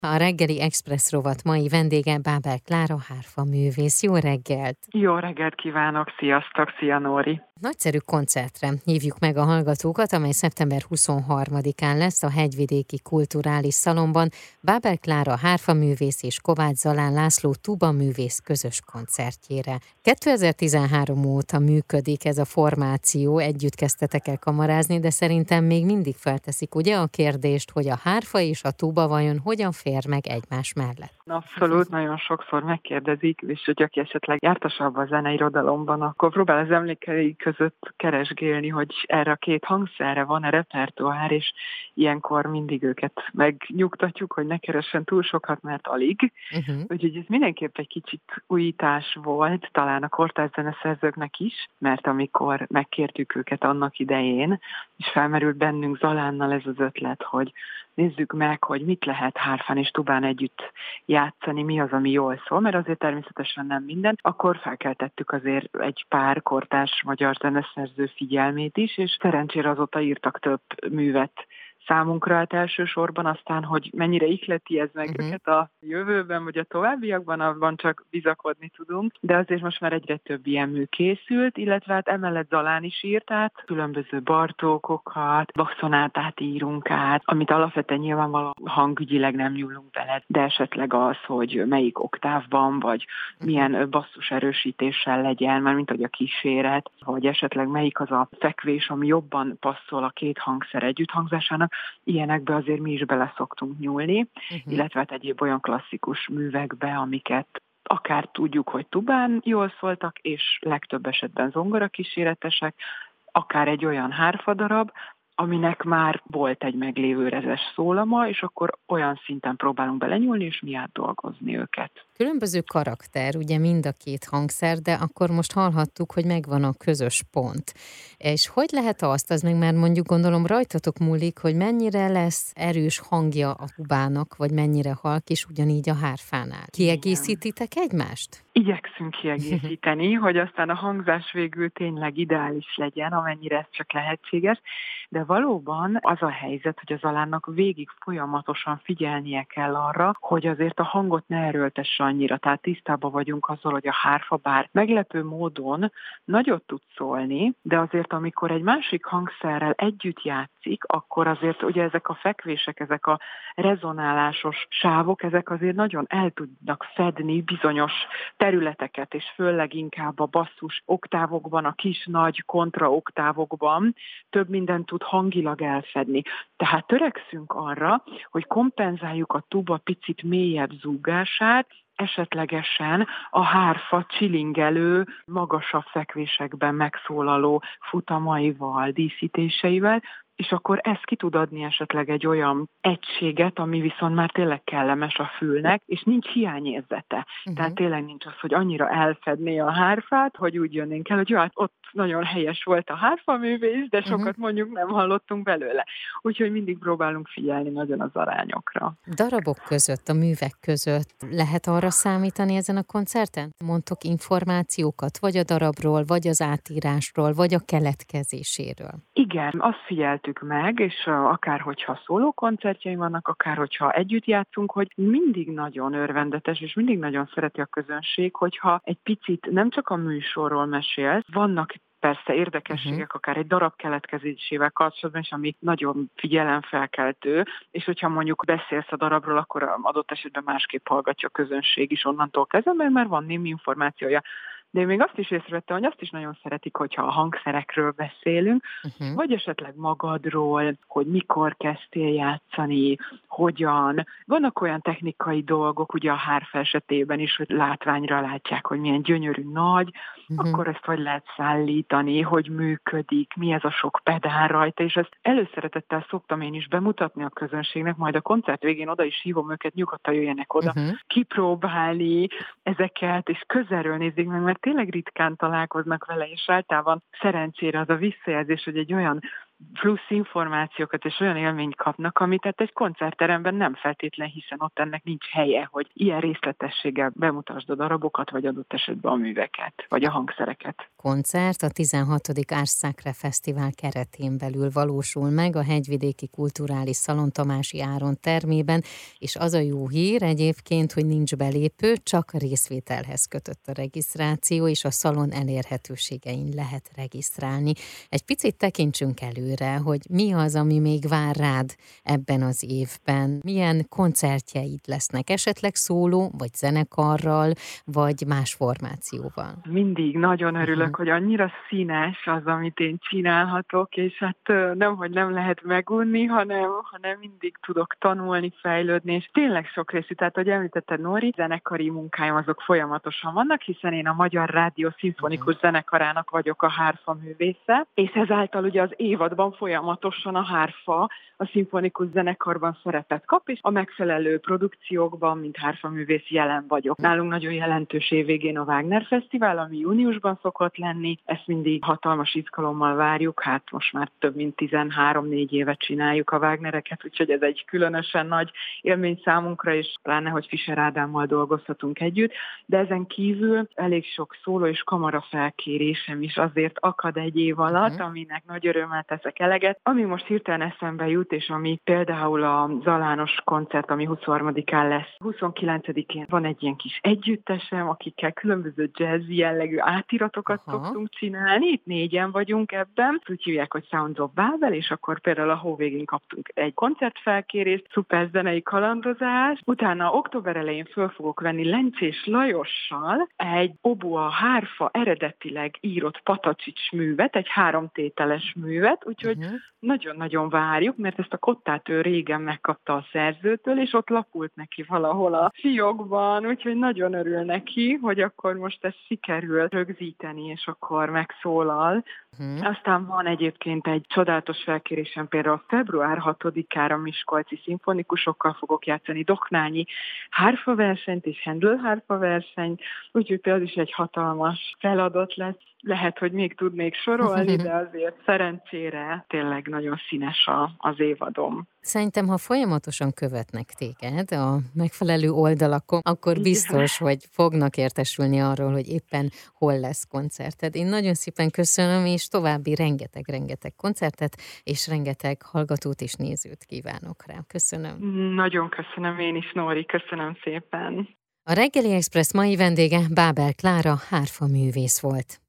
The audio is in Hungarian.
A reggeli Express rovat mai vendége Bábel Klára hárfa művész. Jó reggelt! Jó reggelt kívánok, sziasztok, szia Nóri! Nagyszerű koncertre hívjuk meg a hallgatókat, amely szeptember 23-án lesz a Hegyvidéki Kulturális Szalonban. Bábel Klára hárfa művész és Kovács Zalán László tuba művész közös koncertjére. 2013 óta működik ez a formáció, együtt kezdtetek el kamarázni, de szerintem még mindig felteszik ugye a kérdést, hogy a hárfa és a tuba vajon hogyan fér meg egymás mellett? Abszolút, nagyon sokszor megkérdezik, és hogy aki esetleg jártasabb a zeneirodalomban, akkor próbál az emlékei között keresgélni, hogy erre a két hangszerre van-e repertoár, és ilyenkor mindig őket megnyugtatjuk, hogy ne keressen túl sokat, mert alig. Úgyhogy ez mindenképp egy kicsit újítás volt, talán a kortárs zeneszerzőknek is, mert amikor megkértük őket annak idején, és felmerült bennünk Zalánnal ez az ötlet, hogy nézzük meg, hogy mit lehet hárfán és tubán együtt játszani, mi az, ami jól szól, mert azért természetesen nem minden. Akkor felkeltettük azért egy pár kortárs magyar zeneszerző figyelmét is, és szerencsére azóta írtak több művet számunkra, hát elsősorban, aztán, hogy mennyire ihleti ez meg őket a jövőben, vagy a továbbiakban, abban csak bizakodni tudunk, de azért most már egyre több ilyen mű készült, illetve hát emellett Zalán is írt át, különböző Bartókokat, Bach-szonátát írunk át, amit alapvetően nyilvánvalóan hangügyileg nem nyúlunk bele, de esetleg az, hogy melyik oktávban, vagy milyen basszus erősítéssel legyen, már mint hogy a kíséret, vagy esetleg melyik az a fekvés, ami jobban passzol a két hangszer együtthangzásának. Ilyenekbe azért mi is bele szoktunk nyúlni, illetve hát egyéb olyan klasszikus művekbe, amiket akár tudjuk, hogy tubán jól szóltak, és legtöbb esetben zongora kíséretesek, akár egy olyan hárfadarab, aminek már volt egy meglévő rezes szólama, és akkor olyan szinten próbálunk belenyúlni, és mi átdolgozni őket. Különböző karakter, ugye mind a két hangszer, de akkor most hallhattuk, hogy megvan a közös pont. És hogy lehet azt, az meg már mondjuk gondolom rajtatok múlik, hogy mennyire lesz erős hangja a tubának, vagy mennyire halk, és ugyanígy a hárfánál. Kiegészítitek egymást? Igyekszünk kiegészíteni, hogy aztán a hangzás végül tényleg ideális legyen, amennyire ez csak lehetséges, de valóban az a helyzet, hogy az Zalánnak végig folyamatosan figyelnie kell arra, hogy azért a hangot ne erőltesse annyira, tehát tisztában vagyunk azzal, hogy a hárfa bár meglepő módon nagyot tud szólni, de azért amikor egy másik hangszerrel együtt játszik, akkor azért ugye ezek a fekvések, ezek a rezonálásos sávok, ezek azért nagyon el tudnak fedni bizonyos területeket, és főleg inkább a basszus oktávokban, a kis-nagy kontraoktávokban több mindent tud hangilag elfedni. Tehát törekszünk arra, hogy kompenzáljuk a tuba picit mélyebb zúgását, esetlegesen a hárfa csilingelő, magasabb fekvésekben megszólaló futamaival, díszítéseivel, és akkor ez ki tud adni esetleg egy olyan egységet, ami viszont már tényleg kellemes a fülnek, és nincs hiányérzete. Tehát tényleg nincs az, hogy annyira elfedné a hárfát, hogy úgy jönnénk el, hogy jó, hát ott nagyon helyes volt a hárfaművész, de sokat mondjuk nem hallottunk belőle. Úgyhogy mindig próbálunk figyelni nagyon az arányokra. Darabok között, a művek között lehet arra számítani ezen a koncerten? Mondtok információkat, vagy a darabról, vagy az átírásról, vagy a keletkezéséről? Igen, azt figyeltük meg, és akár hogyha szóló koncertjeim vannak, akár hogyha együtt játszunk, hogy mindig nagyon örvendetes, és mindig nagyon szereti a közönség, hogyha egy picit nem csak a műsorról mesélsz, vannak persze érdekességek, akár egy darab keletkezésével kapcsolatban is, ami nagyon figyelemfelkeltő, és hogyha mondjuk beszélsz a darabról, akkor adott esetben másképp hallgatja a közönség is onnantól kezdve, mert már van némi információja. De én még azt is észrevettem, hogy azt is nagyon szeretik, hogyha a hangszerekről beszélünk, vagy esetleg magadról, hogy mikor kezdtél játszani, hogyan. Vannak olyan technikai dolgok, ugye a hárfa esetében is, hogy látványra látják, hogy milyen gyönyörű nagy, akkor ezt hogy lehet szállítani, hogy működik, mi ez a sok pedál rajta, és ezt előszeretettel szoktam én is bemutatni a közönségnek, majd a koncert végén oda is hívom őket, nyugodtan jöjjenek oda, kipróbálni ezeket, és közelről nézzék meg, mert tényleg ritkán találkoznak vele, és általában szerencsére az a visszajelzés, hogy egy olyan plusz információkat és olyan élményt kapnak, amit hát egy koncertteremben nem feltétlen, hiszen ott ennek nincs helye, hogy ilyen részletességgel bemutasd a darabokat, vagy adott esetben a műveket, vagy a hangszereket. Koncert a 16. Ars Sacra Fesztivál keretén belül valósul meg a Hegyvidéki Kulturális Szalon Tamási Áron termében, és az a jó hír egyébként, hogy nincs belépő, csak részvételhez kötött a regisztráció, és a szalon elérhetőségein lehet regisztrálni. Egy picit tekintsünk előre, hogy mi az, ami még vár rád ebben az évben. Milyen koncertjeid lesznek, esetleg szóló, vagy zenekarral, vagy más formációval? Mindig nagyon örülök, hogy annyira színes az, amit én csinálhatok, és hát nemhogy nem lehet megunni, hanem mindig tudok tanulni, fejlődni, és tényleg sok részű. Tehát, hogy említetted, Nóri, zenekari munkáim azok folyamatosan vannak, hiszen én a Magyar Rádió Szimfonikus Zenekarának vagyok a hárfa művésze, és ezáltal ugye az évadban folyamatosan a hárfa a szimfonikus zenekarban szerepet kap, és a megfelelő produkciókban, mint hárfaművész jelen vagyok. Nálunk nagyon jelentős évvégén a Wagner Fesztivál, ami júniusban szokott lenni, ezt mindig hatalmas izgalommal várjuk, hát most már több mint 13-4 évet csináljuk a Wagnereket, úgyhogy ez egy különösen nagy élmény számunkra, és pláne, hogy Fischer Ádámmal dolgozhatunk együtt, de ezen kívül elég sok szóló és kamara felkérésem is azért akad egy év alatt, aminek nagy örömmel teszek eleget. Ami most hirtelen eszembe jut, és ami például a Zalános koncert, ami 23-án lesz. 29-én van egy ilyen kis együttesem, akikkel különböző jazz jellegű átiratokat szoktunk csinálni. Itt 4-en vagyunk ebben. Úgy hívják, hogy Sounds of Babel, és akkor például a hó végén kaptunk egy koncertfelkérést, szuper zenei kalandozás. Utána október elején föl fogok venni Lencsés Lajossal egy obua hárfa eredetileg írott Patacsics művet, egy 3 tételes művet, úgyhogy nagyon-nagyon várjuk, mert ezt a kottát ő régen megkapta a szerzőtől, és ott lapult neki valahol a fiókban, úgyhogy nagyon örül neki, hogy akkor most ezt sikerül rögzíteni, és akkor megszólal. Aztán van egyébként egy csodálatos felkérésem, például február 6-ára miskolci szimfonikusokkal fogok játszani Doknányi hárfaversenyt és Handel hárfaversenyt, úgyhogy például is egy hatalmas feladat lesz. Lehet, hogy még tudnék sorolni, de azért szerencsére tényleg nagyon színes az évadom. Szerintem, ha folyamatosan követnek téged a megfelelő oldalakon, akkor biztos, hogy fognak értesülni arról, hogy éppen hol lesz koncerted. Én nagyon szépen köszönöm, és további rengeteg koncertet, és rengeteg hallgatót és nézőt kívánok rá. Köszönöm. Nagyon köszönöm én is, Nóri, köszönöm szépen. A Reggeli Express mai vendége Bábel Klára hárfaművész volt.